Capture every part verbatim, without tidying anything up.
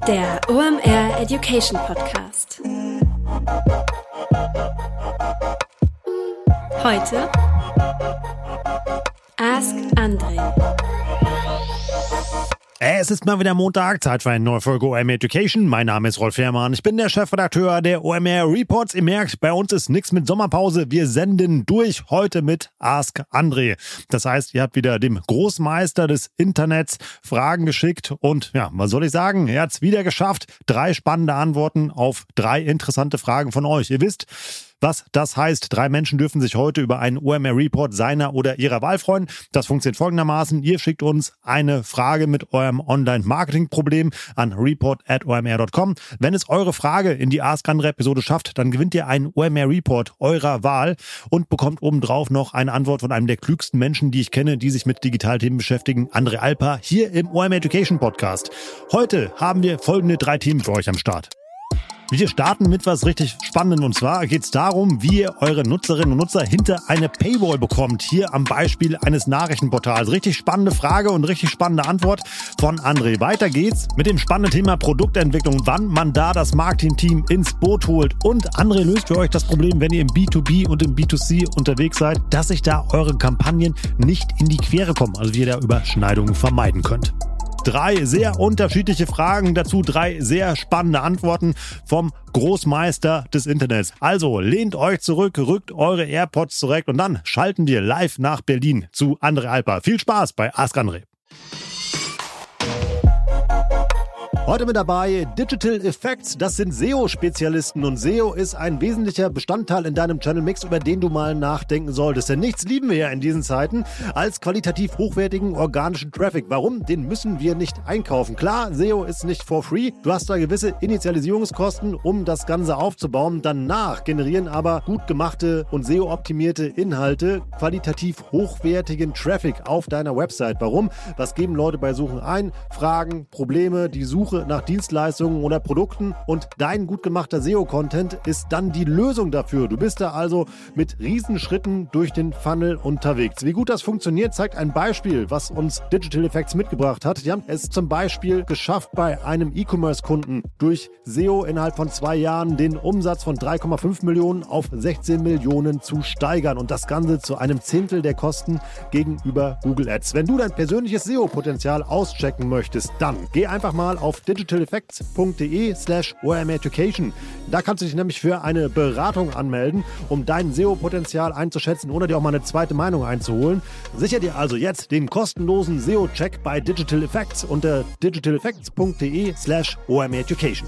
Der O M R Education Podcast. Heute Ask André. Es ist mal wieder Montag, Zeit für eine neue Folge O M R Education. Mein Name ist Rolf Fährmann, ich bin der Chefredakteur der O M R Reports. Ihr merkt, bei uns ist nichts mit Sommerpause. Wir senden durch heute mit Ask André. Das heißt, ihr habt wieder dem Großmeister des Internets Fragen geschickt und ja, was soll ich sagen? Er hat es wieder geschafft. Drei spannende Antworten auf drei interessante Fragen von euch. Ihr wisst, was das heißt. Drei Menschen dürfen sich heute über einen O M R-Report seiner oder ihrer Wahl freuen. Das funktioniert folgendermaßen. Ihr schickt uns eine Frage mit eurem Online-Marketing-Problem an report at o m r dot com. Wenn es eure Frage in die Ask André-Episode schafft, dann gewinnt ihr einen O M R-Report eurer Wahl und bekommt obendrauf noch eine Antwort von einem der klügsten Menschen, die ich kenne, die sich mit Digitalthemen beschäftigen, André Alper, hier im O M R Education Podcast. Heute haben wir folgende drei Themen für euch am Start. Wir starten mit was richtig Spannendem und zwar geht es darum, wie ihr eure Nutzerinnen und Nutzer hinter eine Paywall bekommt. Hier am Beispiel eines Nachrichtenportals. Richtig spannende Frage und richtig spannende Antwort von André. Weiter geht's mit dem spannenden Thema Produktentwicklung, wann man da das Marketing-Team ins Boot holt. Und André löst für euch das Problem, wenn ihr im B zwei B und im B zwei C unterwegs seid, dass sich da eure Kampagnen nicht in die Quere kommen, also wie ihr da Überschneidungen vermeiden könnt. Drei sehr unterschiedliche Fragen, dazu drei sehr spannende Antworten vom Großmeister des Internets. Also lehnt euch zurück, rückt eure AirPods zurecht und dann schalten wir live nach Berlin zu André Alper. Viel Spaß bei Ask André. Heute mit dabei Digital Effects, das sind S E O-Spezialisten und S E O ist ein wesentlicher Bestandteil in deinem Channel-Mix, über den du mal nachdenken solltest. Denn nichts lieben wir ja in diesen Zeiten als qualitativ hochwertigen organischen Traffic. Warum? Den müssen wir nicht einkaufen. Klar, S E O ist nicht for free. Du hast da gewisse Initialisierungskosten, um das Ganze aufzubauen. Danach generieren aber gut gemachte und S E O-optimierte Inhalte qualitativ hochwertigen Traffic auf deiner Website. Warum? Was geben Leute bei Suchen ein? Fragen, Probleme, die Suche nach Dienstleistungen oder Produkten und dein gut gemachter S E O-Content ist dann die Lösung dafür. Du bist da also mit Riesenschritten durch den Funnel unterwegs. Wie gut das funktioniert, zeigt ein Beispiel, was uns Digital Effects mitgebracht hat. Die haben es zum Beispiel geschafft, bei einem E-Commerce-Kunden durch S E O innerhalb von zwei Jahren den Umsatz von drei Komma fünf Millionen auf sechzehn Millionen zu steigern und das Ganze zu einem Zehntel der Kosten gegenüber Google Ads. Wenn du dein persönliches S E O-Potenzial auschecken möchtest, dann geh einfach mal auf digitaleffects.de slash omreducation. Da kannst du dich nämlich für eine Beratung anmelden, um dein S E O-Potenzial einzuschätzen oder dir auch mal eine zweite Meinung einzuholen. Sicher dir also jetzt den kostenlosen S E O-Check bei Digital Effects unter digitaleffects.de slash omreducation.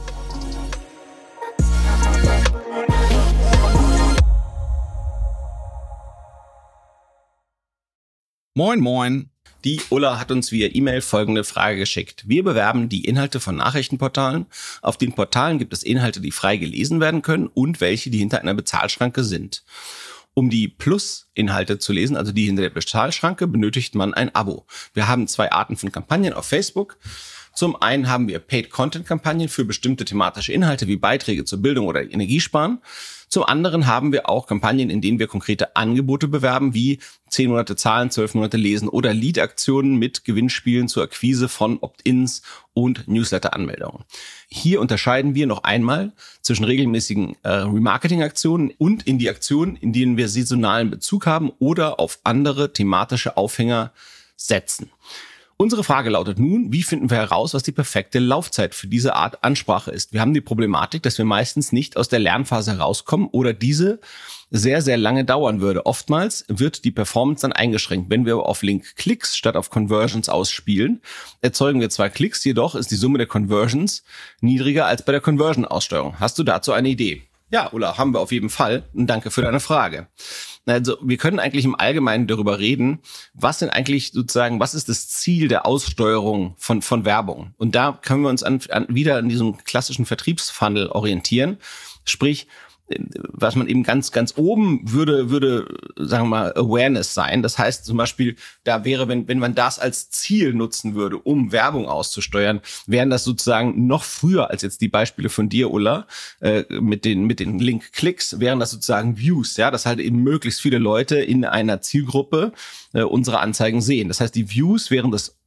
Moin moin. Die Ulla hat uns via E-Mail folgende Frage geschickt. Wir bewerben die Inhalte von Nachrichtenportalen. Auf den Portalen gibt es Inhalte, die frei gelesen werden können und welche, die hinter einer Bezahlschranke sind. Um die Plus-Inhalte zu lesen, also die hinter der Bezahlschranke, benötigt man ein Abo. Wir haben zwei Arten von Kampagnen auf Facebook. Zum einen haben wir Paid-Content-Kampagnen für bestimmte thematische Inhalte wie Beiträge zur Bildung oder Energiesparen. Zum anderen haben wir auch Kampagnen, in denen wir konkrete Angebote bewerben, wie zehn Monate Zahlen, zwölf Monate Lesen oder Lead-Aktionen mit Gewinnspielen zur Akquise von Opt-ins und Newsletter-Anmeldungen. Hier unterscheiden wir noch einmal zwischen regelmäßigen äh, Remarketing-Aktionen und in die Aktionen, in denen wir saisonalen Bezug haben oder auf andere thematische Aufhänger setzen. Unsere Frage lautet nun, wie finden wir heraus, was die perfekte Laufzeit für diese Art Ansprache ist? Wir haben die Problematik, dass wir meistens nicht aus der Lernphase herauskommen oder diese sehr, sehr lange dauern würde. Oftmals wird die Performance dann eingeschränkt. Wenn wir auf Link-Klicks statt auf Conversions ausspielen, erzeugen wir zwar Klicks, jedoch ist die Summe der Conversions niedriger als bei der Conversion-Aussteuerung. Hast du dazu eine Idee? Ja, Ulla, haben wir auf jeden Fall. Und danke für deine Frage. Also wir können eigentlich im Allgemeinen darüber reden, was denn eigentlich sozusagen, was ist das Ziel der Aussteuerung von von Werbung? Und da können wir uns an, an, wieder an diesem klassischen Vertriebsfunnel orientieren. Sprich, was man eben ganz, ganz oben würde, würde, sagen wir mal, Awareness sein. Das heißt zum Beispiel, da wäre, wenn, wenn man das als Ziel nutzen würde, um Werbung auszusteuern, wären das sozusagen noch früher als jetzt die Beispiele von dir, Ulla, äh, mit den, mit den Link-Klicks, wären das sozusagen Views, ja, dass halt eben möglichst viele Leute in einer Zielgruppe äh, unsere Anzeigen sehen. Das heißt, die Views wären das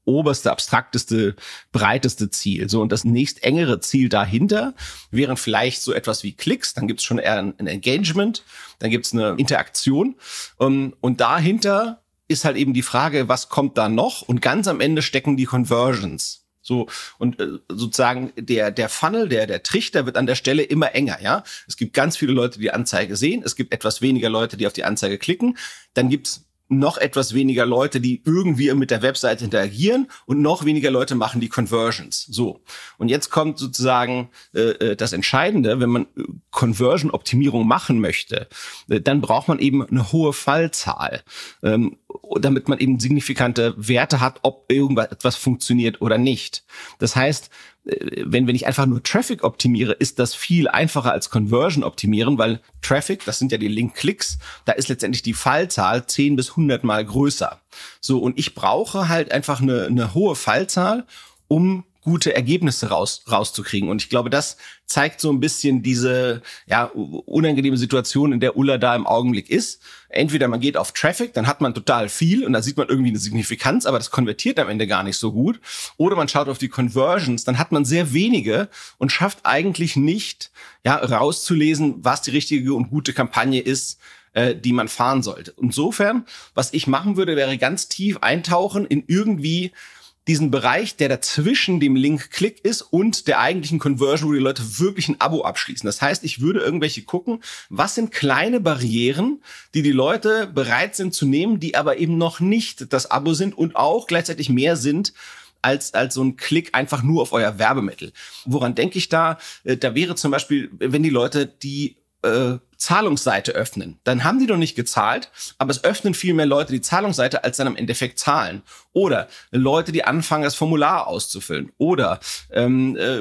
oberste, abstrakteste, breiteste Ziel. So, und das nächst engere Ziel dahinter wären vielleicht so etwas wie Klicks, dann gibt's schon eher ein, ein Engagement, dann gibt's eine Interaktion. Um, und dahinter ist halt eben die Frage, was kommt da noch? Und ganz am Ende stecken die Conversions. So, und äh, sozusagen der der Funnel, der der Trichter wird an der Stelle immer enger, ja. Es gibt ganz viele Leute, die die Anzeige sehen, es gibt etwas weniger Leute, die auf die Anzeige klicken, dann gibt's noch etwas weniger Leute, die irgendwie mit der Webseite interagieren und noch weniger Leute machen die Conversions. So. Und jetzt kommt sozusagen äh, das Entscheidende, wenn man Conversion-Optimierung machen möchte, äh, dann braucht man eben eine hohe Fallzahl, ähm, damit man eben signifikante Werte hat, ob irgendwas etwas funktioniert oder nicht. Das heißt, wenn, wenn ich einfach nur Traffic optimiere, ist das viel einfacher als Conversion optimieren, weil Traffic, das sind ja die Link-Klicks, da ist letztendlich die Fallzahl zehn bis hundert Mal größer. So, und ich brauche halt einfach eine, eine hohe Fallzahl, um gute Ergebnisse raus, rauszukriegen. Und ich glaube, das zeigt so ein bisschen diese ja unangenehme Situation, in der Ulla da im Augenblick ist. Entweder man geht auf Traffic, dann hat man total viel und da sieht man irgendwie eine Signifikanz, aber das konvertiert am Ende gar nicht so gut. Oder man schaut auf die Conversions, dann hat man sehr wenige und schafft eigentlich nicht, ja, rauszulesen, was die richtige und gute Kampagne ist, äh, die man fahren sollte. Insofern, was ich machen würde, wäre ganz tief eintauchen in irgendwie diesen Bereich, der dazwischen dem Link-Klick ist und der eigentlichen Conversion, wo die Leute wirklich ein Abo abschließen. Das heißt, ich würde irgendwelche gucken, was sind kleine Barrieren, die die Leute bereit sind zu nehmen, die aber eben noch nicht das Abo sind und auch gleichzeitig mehr sind als als so ein Klick einfach nur auf euer Werbemittel. Woran denke ich da? Da wäre zum Beispiel, wenn die Leute die äh, Zahlungsseite öffnen, dann haben die doch nicht gezahlt, aber es öffnen viel mehr Leute die Zahlungsseite, als dann im Endeffekt zahlen. Oder Leute, die anfangen, das Formular auszufüllen. Oder ähm, äh,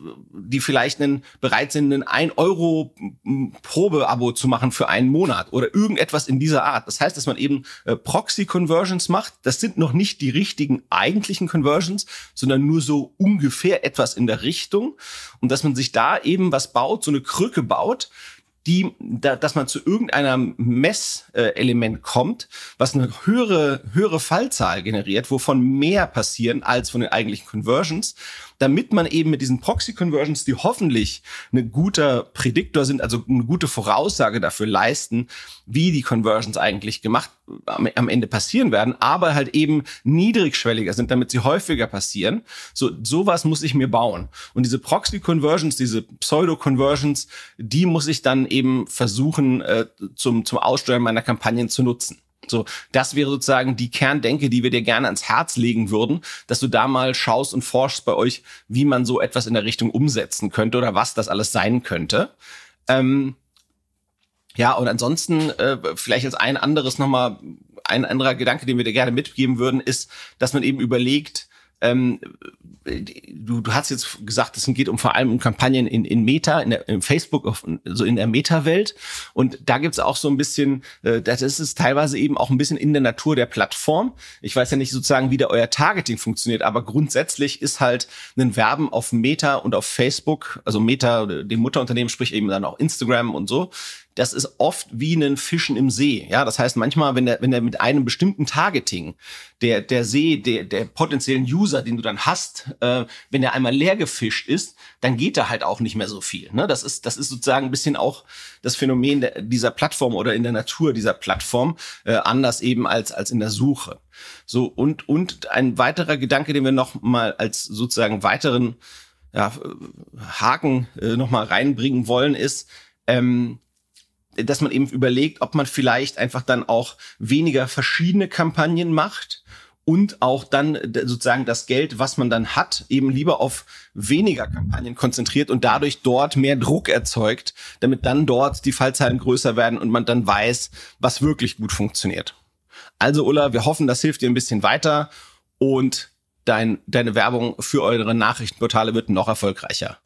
die vielleicht einen, bereit sind, ein ein Euro Probeabo zu machen für einen Monat oder irgendetwas in dieser Art. Das heißt, dass man eben äh, Proxy-Conversions macht. Das sind noch nicht die richtigen eigentlichen Conversions, sondern nur so ungefähr etwas in der Richtung. Und dass man sich da eben was baut, so eine Krücke baut, die, da, dass man zu irgendeinem Messelement kommt, was eine höhere, höhere Fallzahl generiert, wovon mehr passieren als von den eigentlichen Conversions, damit man eben mit diesen Proxy-Conversions, die hoffentlich ein guter Prädiktor sind, also eine gute Voraussage dafür leisten, wie die Conversions eigentlich gemacht am, am Ende passieren werden, aber halt eben niedrigschwelliger sind, damit sie häufiger passieren. So, sowas muss ich mir bauen. Und diese Proxy-Conversions, diese Pseudo-Conversions, die muss ich dann eben versuchen, äh, zum, zum Aussteuern meiner Kampagnen zu nutzen. So, das wäre sozusagen die Kerndenke, die wir dir gerne ans Herz legen würden, dass du da mal schaust und forschst bei euch, wie man so etwas in der Richtung umsetzen könnte oder was das alles sein könnte. Ähm, ja, und ansonsten äh, vielleicht als ein anderes nochmal, ein anderer Gedanke, den wir dir gerne mitgeben würden, ist, dass man eben überlegt, Ähm, du, du hast jetzt gesagt, es geht um vor allem um Kampagnen in, in Meta, in der in Facebook, auf, so in der Meta-Welt. Und da gibt's auch so ein bisschen, äh, das ist es teilweise eben auch ein bisschen in der Natur der Plattform. Ich weiß ja nicht sozusagen, wie da euer Targeting funktioniert, aber grundsätzlich ist halt ein Werben auf Meta und auf Facebook, also Meta, dem Mutterunternehmen, sprich eben dann auch Instagram und so. Das ist oft wie ein Fischen im See. Ja, das heißt manchmal, wenn der, wenn der mit einem bestimmten Targeting, der, der See, der, der potenziellen User, den du dann hast, äh, wenn der einmal leer gefischt ist, dann geht da halt auch nicht mehr so viel. Ne? Das ist, das ist sozusagen ein bisschen auch das Phänomen der, dieser Plattform oder in der Natur dieser Plattform, äh, anders eben als, als in der Suche. So, und, und ein weiterer Gedanke, den wir noch mal als sozusagen weiteren, ja, Haken, äh, noch mal reinbringen wollen, ist, ähm, dass man eben überlegt, ob man vielleicht einfach dann auch weniger verschiedene Kampagnen macht und auch dann sozusagen das Geld, was man dann hat, eben lieber auf weniger Kampagnen konzentriert und dadurch dort mehr Druck erzeugt, damit dann dort die Fallzahlen größer werden und man dann weiß, was wirklich gut funktioniert. Also Ulla, wir hoffen, das hilft dir ein bisschen weiter und dein, deine Werbung für eure Nachrichtenportale wird noch erfolgreicher.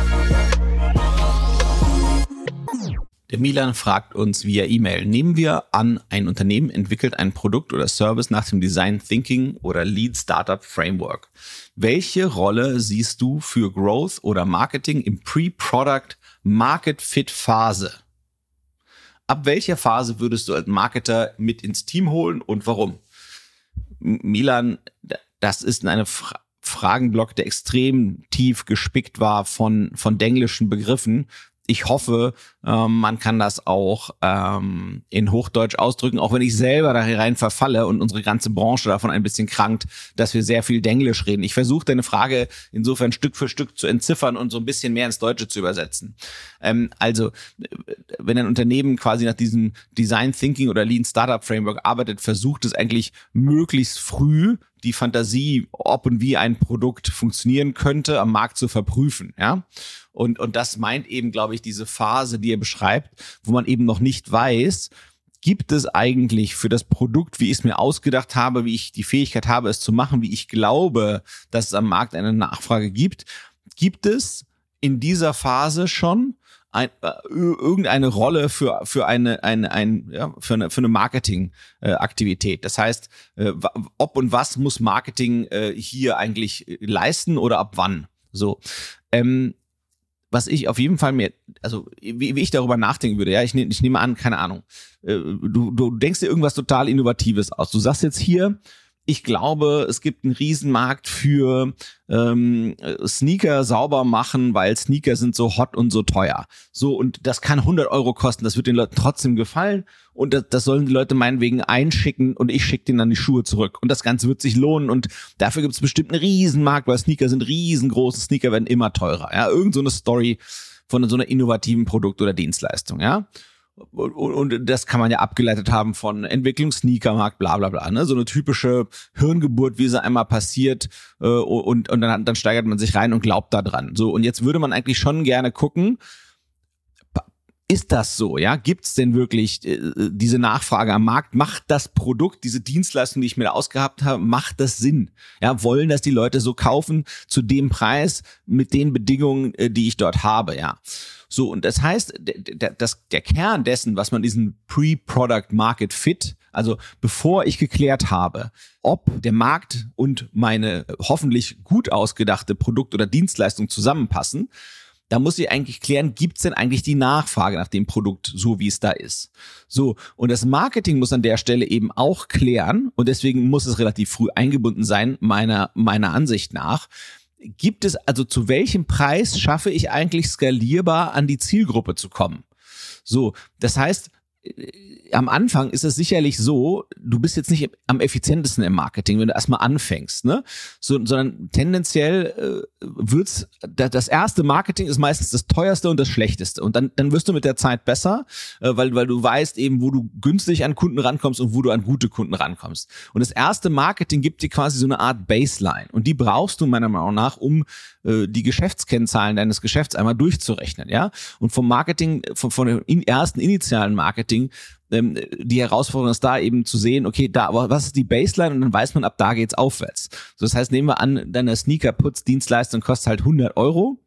Der Milan fragt uns via E-Mail, nehmen wir an, ein Unternehmen entwickelt ein Produkt oder Service nach dem Design Thinking oder Lean Startup Framework. Welche Rolle siehst du für Growth oder Marketing im Pre-Product Market Fit Phase? Ab welcher Phase würdest du als Marketer mit ins Team holen und warum? Milan, das ist eine Fra- Fragenblock, der extrem tief gespickt war von, von denglischen Begriffen. Ich hoffe, ähm, man kann das auch ähm, in Hochdeutsch ausdrücken, auch wenn ich selber da rein verfalle und unsere ganze Branche davon ein bisschen krankt, dass wir sehr viel Denglisch reden. Ich versuche deine Frage insofern Stück für Stück zu entziffern und so ein bisschen mehr ins Deutsche zu übersetzen. Ähm, also, wenn ein Unternehmen quasi nach diesem Design Thinking oder Lean Startup Framework arbeitet, versucht es eigentlich möglichst früh die Fantasie, ob und wie ein Produkt funktionieren könnte, am Markt zu verprüfen, ja. Und, und das meint eben, glaube ich, diese Phase, die er beschreibt, wo man eben noch nicht weiß, gibt es eigentlich für das Produkt, wie ich es mir ausgedacht habe, wie ich die Fähigkeit habe, es zu machen, wie ich glaube, dass es am Markt eine Nachfrage gibt, gibt es in dieser Phase schon ein, äh, irgendeine Rolle für für eine eine ein ja, für eine für eine Marketingaktivität. Äh, das heißt, äh, ob und was muss Marketing äh, hier eigentlich leisten oder ab wann? So. Ähm, Was ich auf jeden Fall mir, also wie, wie ich darüber nachdenken würde, ja, ich, ne, ich nehme an, keine Ahnung, äh, du, du denkst dir irgendwas total Innovatives aus. Du sagst jetzt hier, ich glaube, es gibt einen Riesenmarkt für ähm, Sneaker sauber machen, weil Sneaker sind so hot und so teuer. So, und das kann hundert Euro kosten, das wird den Leuten trotzdem gefallen und das, das sollen die Leute meinetwegen einschicken und ich schicke denen dann die Schuhe zurück. Und das Ganze wird sich lohnen und dafür gibt es bestimmt einen Riesenmarkt, weil Sneaker sind riesengroß, Sneaker werden immer teurer. Ja, irgend so eine Story von so einer innovativen Produkt oder Dienstleistung, ja. Und, und das kann man ja abgeleitet haben von Entwicklung, Sneakermarkt, bla bla bla, ne? So eine typische Hirngeburt, wie sie einmal passiert, äh, und, und dann, dann steigert man sich rein und glaubt da dran. So, und jetzt würde man eigentlich schon gerne gucken, ist das so, ja? Gibt's denn wirklich äh, diese Nachfrage am Markt? Macht das Produkt, diese Dienstleistung, die ich mir da ausgehabt habe, macht das Sinn? Ja, wollen das die Leute so kaufen zu dem Preis mit den Bedingungen, äh, die ich dort habe, ja? So, und das heißt, der, der, das, der Kern dessen, was man diesen Pre-Product Market Fit, also bevor ich geklärt habe, ob der Markt und meine hoffentlich gut ausgedachte Produkt- oder Dienstleistung zusammenpassen, da muss ich eigentlich klären, gibt's denn eigentlich die Nachfrage nach dem Produkt, so wie es da ist? So, und das Marketing muss an der Stelle eben auch klären, und deswegen muss es relativ früh eingebunden sein, meiner, meiner Ansicht nach. Gibt es, also zu welchem Preis schaffe ich eigentlich skalierbar an die Zielgruppe zu kommen? So, das heißt, am Anfang ist es sicherlich so, du bist jetzt nicht am effizientesten im Marketing, wenn du erstmal anfängst, ne? So, sondern tendenziell äh, wird's, das erste Marketing ist meistens das teuerste und das schlechteste. Und dann, dann wirst du mit der Zeit besser, äh, weil, weil du weißt eben, wo du günstig an Kunden rankommst und wo du an gute Kunden rankommst. Und das erste Marketing gibt dir quasi so eine Art Baseline. Und die brauchst du meiner Meinung nach, um äh, die Geschäftskennzahlen deines Geschäfts einmal durchzurechnen, ja? Und vom Marketing, von, von dem in, ersten initialen Marketing, die Herausforderung ist da eben zu sehen, okay, da, was ist die Baseline, und dann weiß man, ab da geht's aufwärts. So, das heißt, nehmen wir an, deine Sneaker-Putz-Dienstleistung kostet halt hundert Euro.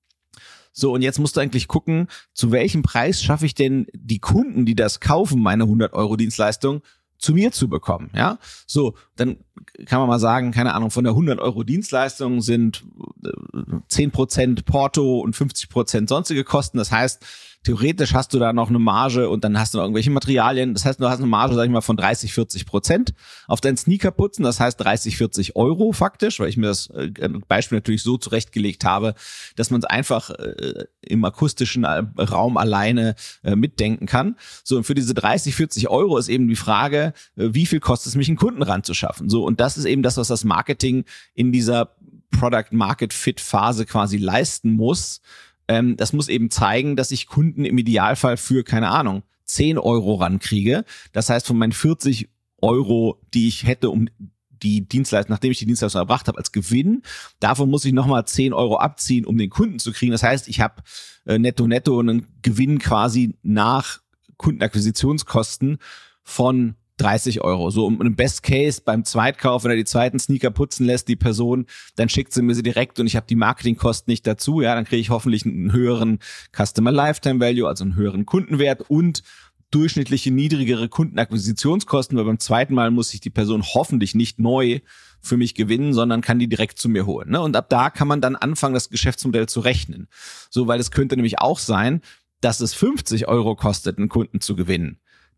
So, und jetzt musst du eigentlich gucken, zu welchem Preis schaffe ich denn die Kunden, die das kaufen, meine hundert Euro Dienstleistung, zu mir zu bekommen, ja? So, dann kann man mal sagen, keine Ahnung, von der hundert Euro Dienstleistung sind zehn Prozent Porto und fünfzig Prozent sonstige Kosten. Das heißt, theoretisch hast du da noch eine Marge und dann hast du noch irgendwelche Materialien. Das heißt, du hast eine Marge, sag ich mal, von dreißig, vierzig Prozent auf deinen Sneaker putzen. Das heißt dreißig, vierzig Euro faktisch, weil ich mir das äh, Beispiel natürlich so zurechtgelegt habe, dass man es einfach äh, im akustischen Raum alleine äh, mitdenken kann. So, und für diese dreißig, vierzig Euro ist eben die Frage, äh, wie viel kostet es mich, einen Kunden ranzuschaffen? So, und das ist eben das, was das Marketing in dieser Product-Market-Fit-Phase quasi leisten muss. Ähm, das muss eben zeigen, dass ich Kunden im Idealfall für, keine Ahnung, zehn Euro rankriege. Das heißt, von meinen vierzig Euro, die ich hätte, um die Dienstleistung, nachdem ich die Dienstleistung erbracht habe, als Gewinn, davon muss ich nochmal zehn Euro abziehen, um den Kunden zu kriegen. Das heißt, ich habe äh, netto netto einen Gewinn quasi nach Kundenakquisitionskosten von dreißig Euro. So, um im Best Case beim Zweitkauf, wenn er die zweiten Sneaker putzen lässt, die Person, dann schickt sie mir sie direkt und ich habe die Marketingkosten nicht dazu. Ja, dann kriege ich hoffentlich einen höheren Customer Lifetime Value, also einen höheren Kundenwert und durchschnittliche niedrigere Kundenakquisitionskosten, weil beim zweiten Mal muss sich die Person hoffentlich nicht neu für mich gewinnen, sondern kann die direkt zu mir holen. Ne? Und ab da kann man dann anfangen, das Geschäftsmodell zu rechnen. So, weil es könnte nämlich auch sein, dass es fünfzig Euro kostet, einen Kunden zu gewinnen.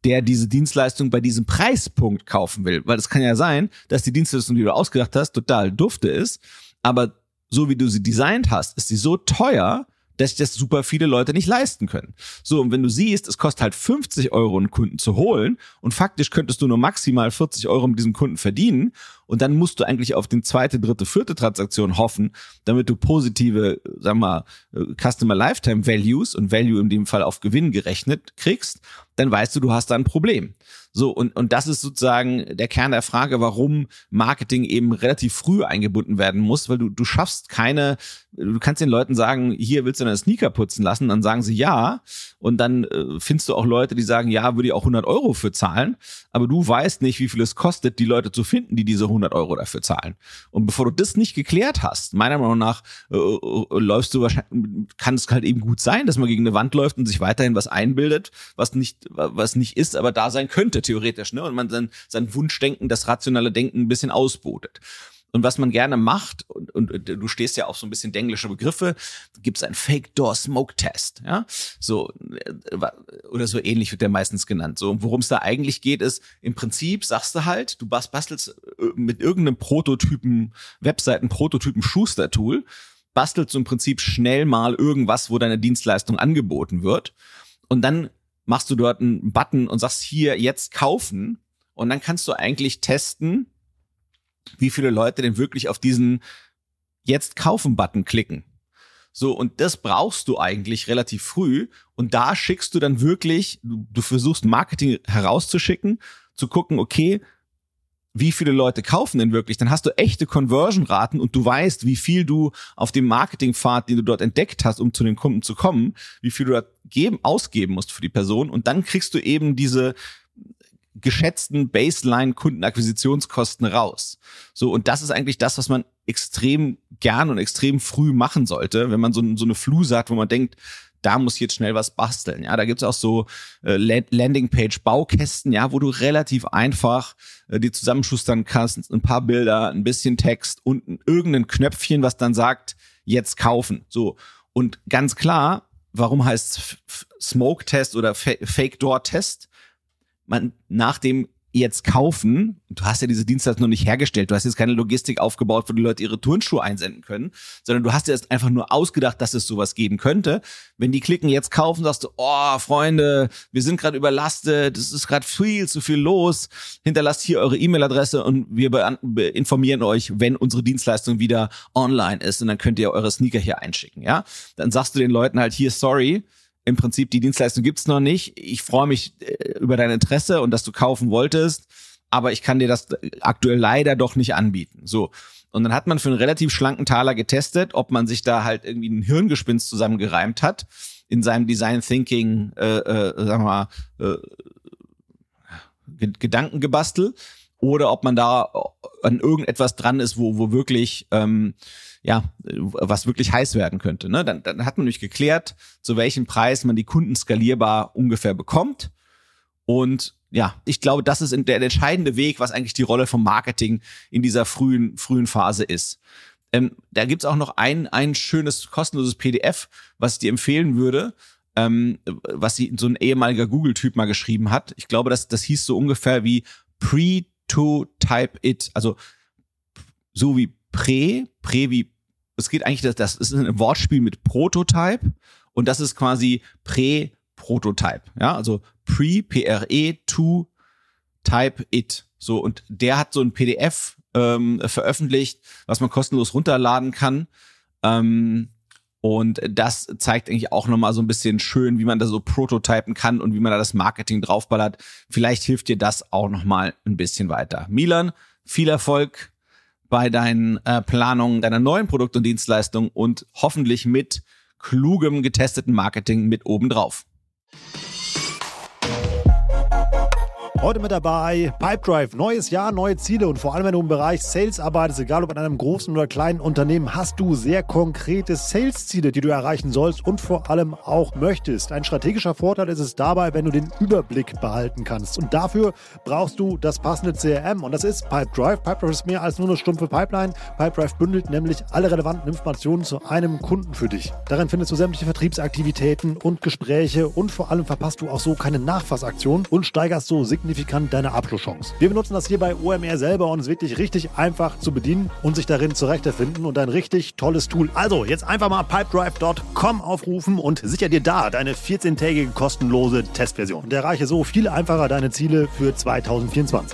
der diese Dienstleistung bei diesem Preispunkt kaufen will. Weil es kann ja sein, dass die Dienstleistung, die du ausgedacht hast, total dufte ist, aber so wie du sie designt hast, ist sie so teuer, dass sich das super viele Leute nicht leisten können. So, und wenn du siehst, es kostet halt fünfzig Euro, einen Kunden zu holen und faktisch könntest du nur maximal vierzig Euro mit diesem Kunden verdienen und dann musst du eigentlich auf den zweite, dritte, vierte Transaktion hoffen, damit du positive, sag mal, Customer Lifetime Values und Value in dem Fall auf Gewinn gerechnet kriegst, dann weißt du, du hast da ein Problem. So, und, und das ist sozusagen der Kern der Frage, warum Marketing eben relativ früh eingebunden werden muss, weil du, du schaffst keine, du kannst den Leuten sagen, hier willst du deine Sneaker putzen lassen, dann sagen sie ja, und dann äh, findest du auch Leute, die sagen, ja, würde ich auch hundert Euro für zahlen, aber du weißt nicht, wie viel es kostet, die Leute zu finden, die diese hundert Euro dafür zahlen. Und bevor du das nicht geklärt hast, meiner Meinung nach, äh, äh, läufst du wahrscheinlich, kann es halt eben gut sein, dass man gegen eine Wand läuft und sich weiterhin was einbildet, was nicht, was nicht ist, aber da sein könnte, theoretisch, ne? Und man sein, sein Wunschdenken, das rationale Denken ein bisschen ausbotet. Und was man gerne macht, und, und du stehst ja auf so ein bisschen englische Begriffe, gibt es einen Fake-Door-Smoke-Test, ja, so, oder so ähnlich wird der meistens genannt. So, worum es da eigentlich geht, ist, im Prinzip sagst du halt, du bastelst mit irgendeinem Prototypen, Webseiten-Prototypen Schuster-Tool, bastelst du im Prinzip schnell mal irgendwas, wo deine Dienstleistung angeboten wird, und dann machst du dort einen Button und sagst hier jetzt kaufen, und dann kannst du eigentlich testen, wie viele Leute denn wirklich auf diesen jetzt kaufen Button klicken. So, und das brauchst du eigentlich relativ früh, und da schickst du dann wirklich, du, du versuchst Marketing herauszuschicken, zu gucken, okay, wie viele Leute kaufen denn wirklich? Dann hast du echte Conversion-Raten und du weißt, wie viel du auf dem Marketingpfad, den du dort entdeckt hast, um zu den Kunden zu kommen, wie viel du dort geben, ausgeben musst für die Person, und dann kriegst du eben diese geschätzten Baseline-Kundenakquisitionskosten raus. So, und das ist eigentlich das, was man extrem gern und extrem früh machen sollte, wenn man so, so eine Fluse hat, wo man denkt, da muss jetzt schnell was basteln. Ja, da gibt's auch so äh, Landingpage-Baukästen, ja, wo du relativ einfach äh, die zusammenschustern kannst, ein paar Bilder, ein bisschen Text und ein, irgendein Knöpfchen, was dann sagt, jetzt kaufen. So, und ganz klar, warum heißt Smoke-Test oder Fake-Door-Test? Man, nach dem jetzt kaufen, du hast ja diese Dienstleistung noch nicht hergestellt, du hast jetzt keine Logistik aufgebaut, wo die Leute ihre Turnschuhe einsenden können, sondern du hast dir erst einfach nur ausgedacht, dass es sowas geben könnte. Wenn die klicken, jetzt kaufen, sagst du, oh, Freunde, wir sind gerade überlastet, es ist gerade viel zu viel los, hinterlasst hier eure E-Mail-Adresse und wir be- be- informieren euch, wenn unsere Dienstleistung wieder online ist, und dann könnt ihr eure Sneaker hier einschicken, ja? Dann sagst du den Leuten halt hier, sorry, im Prinzip, die Dienstleistung gibt's noch nicht. Ich freue mich äh, über dein Interesse und dass du kaufen wolltest, aber ich kann dir das aktuell leider doch nicht anbieten. So. Und dann hat man für einen relativ schlanken Taler getestet, ob man sich da halt irgendwie ein Hirngespinst zusammengereimt hat in seinem Design Thinking, äh, äh, sagen wir mal, äh, Gedankengebastel, oder ob man da an irgendetwas dran ist, wo, wo wirklich, ähm, ja, was wirklich heiß werden könnte. Ne? Dann, dann hat man nämlich geklärt, zu welchem Preis man die Kunden skalierbar ungefähr bekommt. Und ja, ich glaube, das ist der, der entscheidende Weg, was eigentlich die Rolle vom Marketing in dieser frühen, frühen Phase ist. Ähm, da gibt's auch noch ein, ein schönes, kostenloses P D F, was ich dir empfehlen würde, ähm, was sie, so ein ehemaliger Google-Typ mal geschrieben hat. Ich glaube, das, das hieß so ungefähr wie Pre-to-Type-It, also so wie Prä, Prä wie, es geht eigentlich, das, das ist ein Wortspiel mit Prototype, und das ist quasi Prä-Prototype, ja, also Pre, P R E, to, Type, It, so, und der hat so ein P D F ähm, veröffentlicht, was man kostenlos runterladen kann, ähm, und das zeigt eigentlich auch nochmal so ein bisschen schön, wie man da so prototypen kann und wie man da das Marketing draufballert. Vielleicht hilft dir das auch nochmal ein bisschen weiter. Milan, viel Erfolg bei deinen äh, Planungen deiner neuen Produkte und Dienstleistungen und hoffentlich mit klugem, getesteten Marketing mit obendrauf. Heute mit dabei Pipedrive, neues Jahr, neue Ziele und vor allem, wenn du im Bereich Sales arbeitest, egal ob in einem großen oder kleinen Unternehmen, hast du sehr konkrete Sales-Ziele, die du erreichen sollst und vor allem auch möchtest. Ein strategischer Vorteil ist es dabei, wenn du den Überblick behalten kannst und dafür brauchst du das passende C R M und das ist Pipedrive. Pipedrive ist mehr als nur eine stumpfe Pipeline. Pipedrive bündelt nämlich alle relevanten Informationen zu einem Kunden für dich. Darin findest du sämtliche Vertriebsaktivitäten und Gespräche und vor allem verpasst du auch so keine Nachfassaktion und steigerst so signifikant deine Abschlusschance. Wir benutzen das hier bei O M R selber und es ist wirklich richtig einfach zu bedienen und sich darin zurechtzufinden und ein richtig tolles Tool. Also jetzt einfach mal pipedrive Punkt com aufrufen und sicher dir da deine vierzehntägige kostenlose Testversion und erreiche so viel einfacher deine Ziele für zwanzig vierundzwanzig.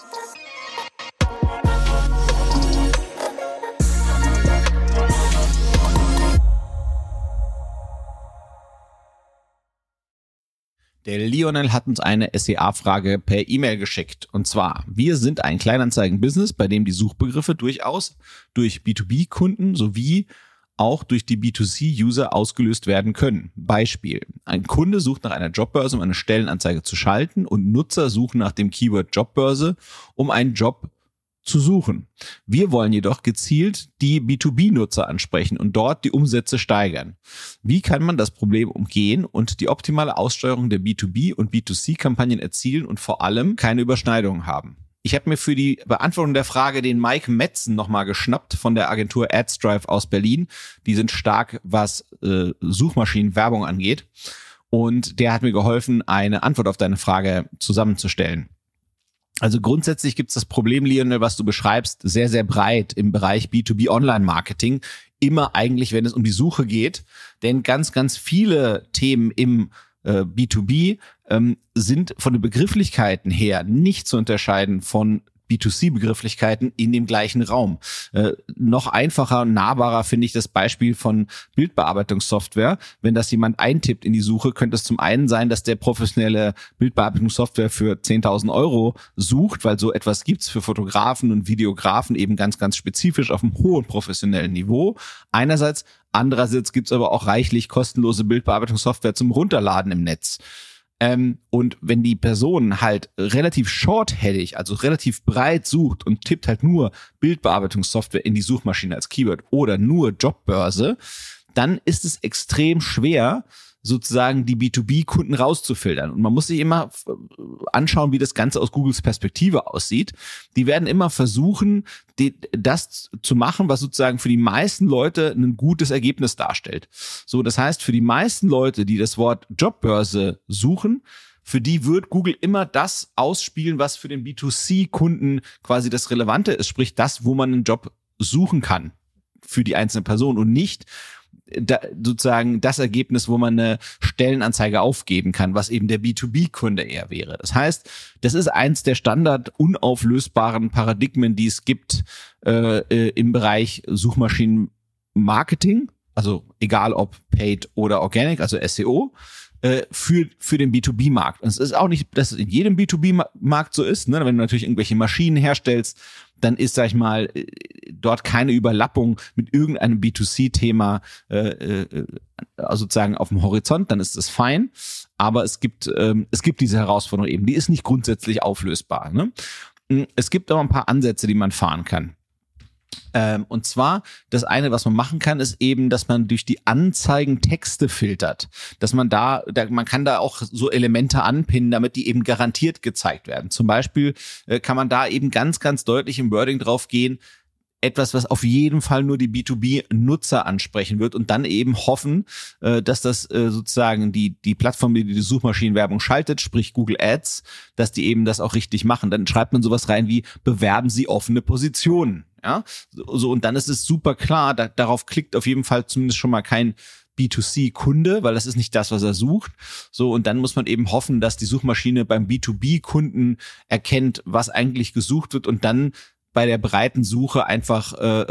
Der Lionel hat uns eine S E A-Frage per E-Mail geschickt. Und zwar, wir sind ein Kleinanzeigen-Business, bei dem die Suchbegriffe durchaus durch B zwei B-Kunden sowie auch durch die B zwei C-User ausgelöst werden können. Beispiel: Ein Kunde sucht nach einer Jobbörse, um eine Stellenanzeige zu schalten und Nutzer suchen nach dem Keyword Jobbörse, um einen Job zu suchen. Wir wollen jedoch gezielt die B zwei B-Nutzer ansprechen und dort die Umsätze steigern. Wie kann man das Problem umgehen und die optimale Aussteuerung der B zwei B- und B zwei C-Kampagnen erzielen und vor allem keine Überschneidungen haben? Ich habe mir für die Beantwortung der Frage den Mike Metzen nochmal geschnappt von der Agentur AdsDrive aus Berlin. Die sind stark, was äh, Suchmaschinenwerbung angeht. Und der hat mir geholfen, eine Antwort auf deine Frage zusammenzustellen. Also grundsätzlich gibt es das Problem, Lionel, was du beschreibst, sehr, sehr breit im Bereich B zwei B Online-Marketing. Immer eigentlich, wenn es um die Suche geht. Denn ganz, ganz viele Themen im äh, B zwei B ähm, sind von den Begrifflichkeiten her nicht zu unterscheiden von B zwei C-Begrifflichkeiten in dem gleichen Raum. Äh, noch einfacher und nahbarer finde ich das Beispiel von Bildbearbeitungssoftware. Wenn das jemand eintippt in die Suche, könnte es zum einen sein, dass der professionelle Bildbearbeitungssoftware für zehntausend Euro sucht, weil so etwas gibt's für Fotografen und Videografen eben ganz, ganz spezifisch auf einem hohen professionellen Niveau. Einerseits, andererseits gibt's aber auch reichlich kostenlose Bildbearbeitungssoftware zum Runterladen im Netz. Ähm, und wenn die Person halt relativ shortheaded, also relativ breit sucht und tippt halt nur Bildbearbeitungssoftware in die Suchmaschine als Keyword oder nur Jobbörse, dann ist es extrem schwer, sozusagen die B zwei B-Kunden rauszufiltern. Und man muss sich immer anschauen, wie das Ganze aus Googles Perspektive aussieht. Die werden immer versuchen, die, das zu machen, was sozusagen für die meisten Leute ein gutes Ergebnis darstellt. So, das heißt, für die meisten Leute, die das Wort Jobbörse suchen, für die wird Google immer das ausspielen, was für den B zwei C-Kunden quasi das Relevante ist, sprich das, wo man einen Job suchen kann für die einzelne Person und nicht Da, sozusagen das Ergebnis, wo man eine Stellenanzeige aufgeben kann, was eben der B zwei B-Kunde eher wäre. Das heißt, das ist eins der standard unauflösbaren Paradigmen, die es gibt äh, äh, im Bereich Suchmaschinenmarketing, also egal ob Paid oder Organic, also S E O, äh, für für den B zwei B-Markt. Und es ist auch nicht, dass es in jedem B zwei B-Markt so ist, ne? Wenn du natürlich irgendwelche Maschinen herstellst, dann ist, sag ich mal, dort keine Überlappung mit irgendeinem B zwei C-Thema äh, äh, sozusagen auf dem Horizont, dann ist das fein. Aber es gibt ähm, es gibt diese Herausforderung eben, die ist nicht grundsätzlich auflösbar. Ne? Es gibt aber ein paar Ansätze, die man fahren kann. Ähm, und zwar, das eine, was man machen kann, ist eben, dass man durch die Anzeigen Texte filtert. Dass man da, da man kann da auch so Elemente anpinnen, damit die eben garantiert gezeigt werden. Zum Beispiel äh, kann man da eben ganz, ganz deutlich im Wording drauf gehen, etwas, was auf jeden Fall nur die B zwei B-Nutzer ansprechen wird und dann eben hoffen, äh, dass das äh, sozusagen die die Plattform, die die Suchmaschinenwerbung schaltet, sprich Google Ads, dass die eben das auch richtig machen. Dann schreibt man sowas rein wie, bewerben Sie offene Positionen. Ja, so, und dann ist es super klar, da, darauf klickt auf jeden Fall zumindest schon mal kein B zwei C-Kunde, weil das ist nicht das, was er sucht. So, und dann muss man eben hoffen, dass die Suchmaschine beim B zwei B-Kunden erkennt, was eigentlich gesucht wird und dann bei der breiten Suche einfach äh,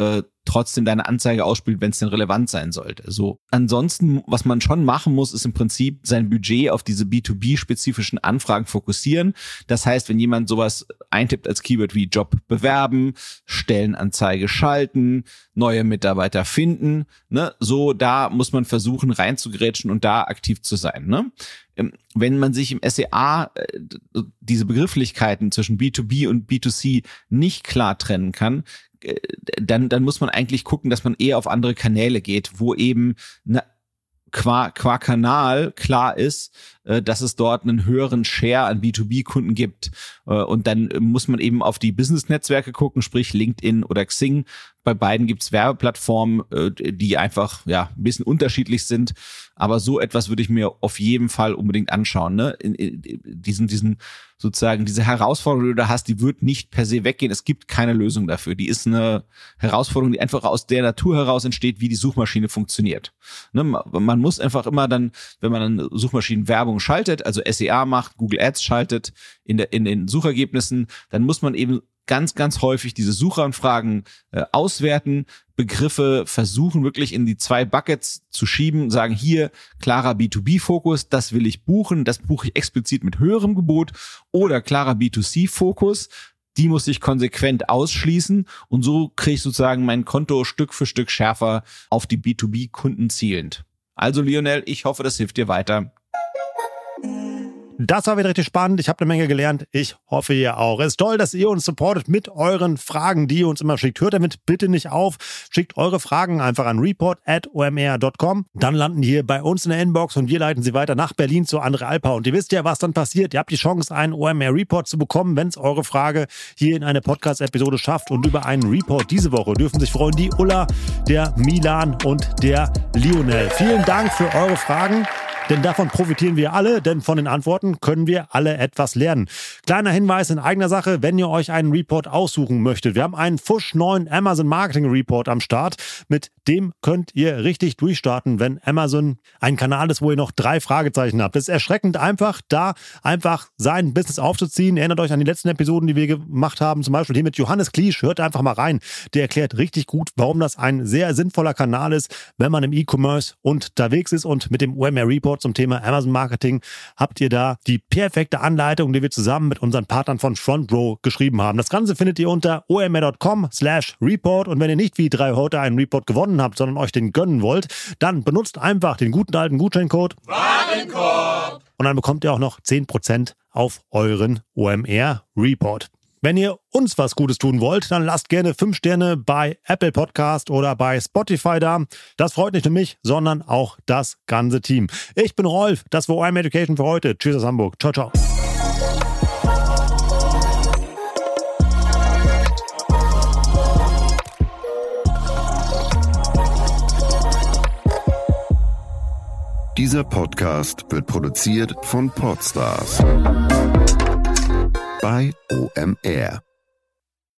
trotzdem deine Anzeige ausspielt, wenn es denn relevant sein sollte. So. Ansonsten, was man schon machen muss, ist im Prinzip sein Budget auf diese B zwei B-spezifischen Anfragen fokussieren. Das heißt, wenn jemand sowas eintippt als Keyword wie Job bewerben, Stellenanzeige schalten, neue Mitarbeiter finden, ne, so, da muss man versuchen reinzugrätschen und da aktiv zu sein, ne? Wenn man sich im S E A diese Begrifflichkeiten zwischen B zwei B und B zwei C nicht klar trennen kann, dann, dann muss man eigentlich gucken, dass man eher auf andere Kanäle geht, wo eben eine Qua, qua Kanal klar ist, äh, dass es dort einen höheren Share an B zwei B-Kunden gibt. Äh, und dann muss man eben auf die Business-Netzwerke gucken, sprich LinkedIn oder Xing. Bei beiden gibt's Werbeplattformen, äh, die einfach ja ein bisschen unterschiedlich sind. Aber so etwas würde ich mir auf jeden Fall unbedingt anschauen. Ne? In, in, diesen, diesen sozusagen diese Herausforderung, die du da hast, die wird nicht per se weggehen. Es gibt keine Lösung dafür. Die ist eine Herausforderung, die einfach aus der Natur heraus entsteht, wie die Suchmaschine funktioniert. Ne? Man muss einfach immer dann, wenn man dann Suchmaschinenwerbung schaltet, also S E A macht, Google Ads schaltet in, der, in den Suchergebnissen, dann muss man eben ganz, ganz häufig diese Suchanfragen äh, auswerten, Begriffe versuchen wirklich in die zwei Buckets zu schieben, sagen hier klarer B zwei B-Fokus, das will ich buchen, das buche ich explizit mit höherem Gebot, oder klarer B zwei C-Fokus, die muss ich konsequent ausschließen, und so kriege ich sozusagen mein Konto Stück für Stück schärfer auf die B zwei B-Kunden zielend. Also Lionel, ich hoffe, das hilft dir weiter. Das war wieder richtig spannend. Ich habe eine Menge gelernt. Ich hoffe, ihr auch. Es ist toll, dass ihr uns supportet mit euren Fragen, die ihr uns immer schickt. Hört damit bitte nicht auf. Schickt eure Fragen einfach an report at o m r dot com. Dann landen die hier bei uns in der Inbox und wir leiten sie weiter nach Berlin zu André Alpa. Und ihr wisst ja, was dann passiert. Ihr habt die Chance, einen O M R Report zu bekommen, wenn es eure Frage hier in eine Podcast-Episode schafft. Und über einen Report diese Woche dürfen sich freuen die Ulla, der Milan und der Lionel. Vielen Dank für eure Fragen. Denn davon profitieren wir alle, denn von den Antworten können wir alle etwas lernen. Kleiner Hinweis in eigener Sache, wenn ihr euch einen Report aussuchen möchtet. Wir haben einen Fusch neuen Amazon Marketing Report am Start. Mit dem könnt ihr richtig durchstarten, wenn Amazon ein Kanal ist, wo ihr noch drei Fragezeichen habt. Es ist erschreckend einfach, da einfach sein Business aufzuziehen. Erinnert euch an die letzten Episoden, die wir gemacht haben, zum Beispiel hier mit Johannes Kliesch. Hört einfach mal rein. Der erklärt richtig gut, warum das ein sehr sinnvoller Kanal ist, wenn man im E-Commerce unterwegs ist. Und mit dem O M R Report zum Thema Amazon Marketing habt ihr da die perfekte Anleitung, die wir zusammen mit unseren Partnern von Front Row geschrieben haben. Das Ganze findet ihr unter o m r dot com slash report, und wenn ihr nicht wie drei heute einen Report gewonnen habt, sondern euch den gönnen wollt, dann benutzt einfach den guten alten Gutscheincode Warenkorb und dann bekommt ihr auch noch zehn Prozent auf euren O M R Report. Wenn ihr uns was Gutes tun wollt, dann lasst gerne fünf Sterne bei Apple Podcast oder bei Spotify da. Das freut nicht nur mich, sondern auch das ganze Team. Ich bin Rolf, das war O M R Education für heute. Tschüss aus Hamburg. Ciao, ciao. Dieser Podcast wird produziert von Podstars bei O M R.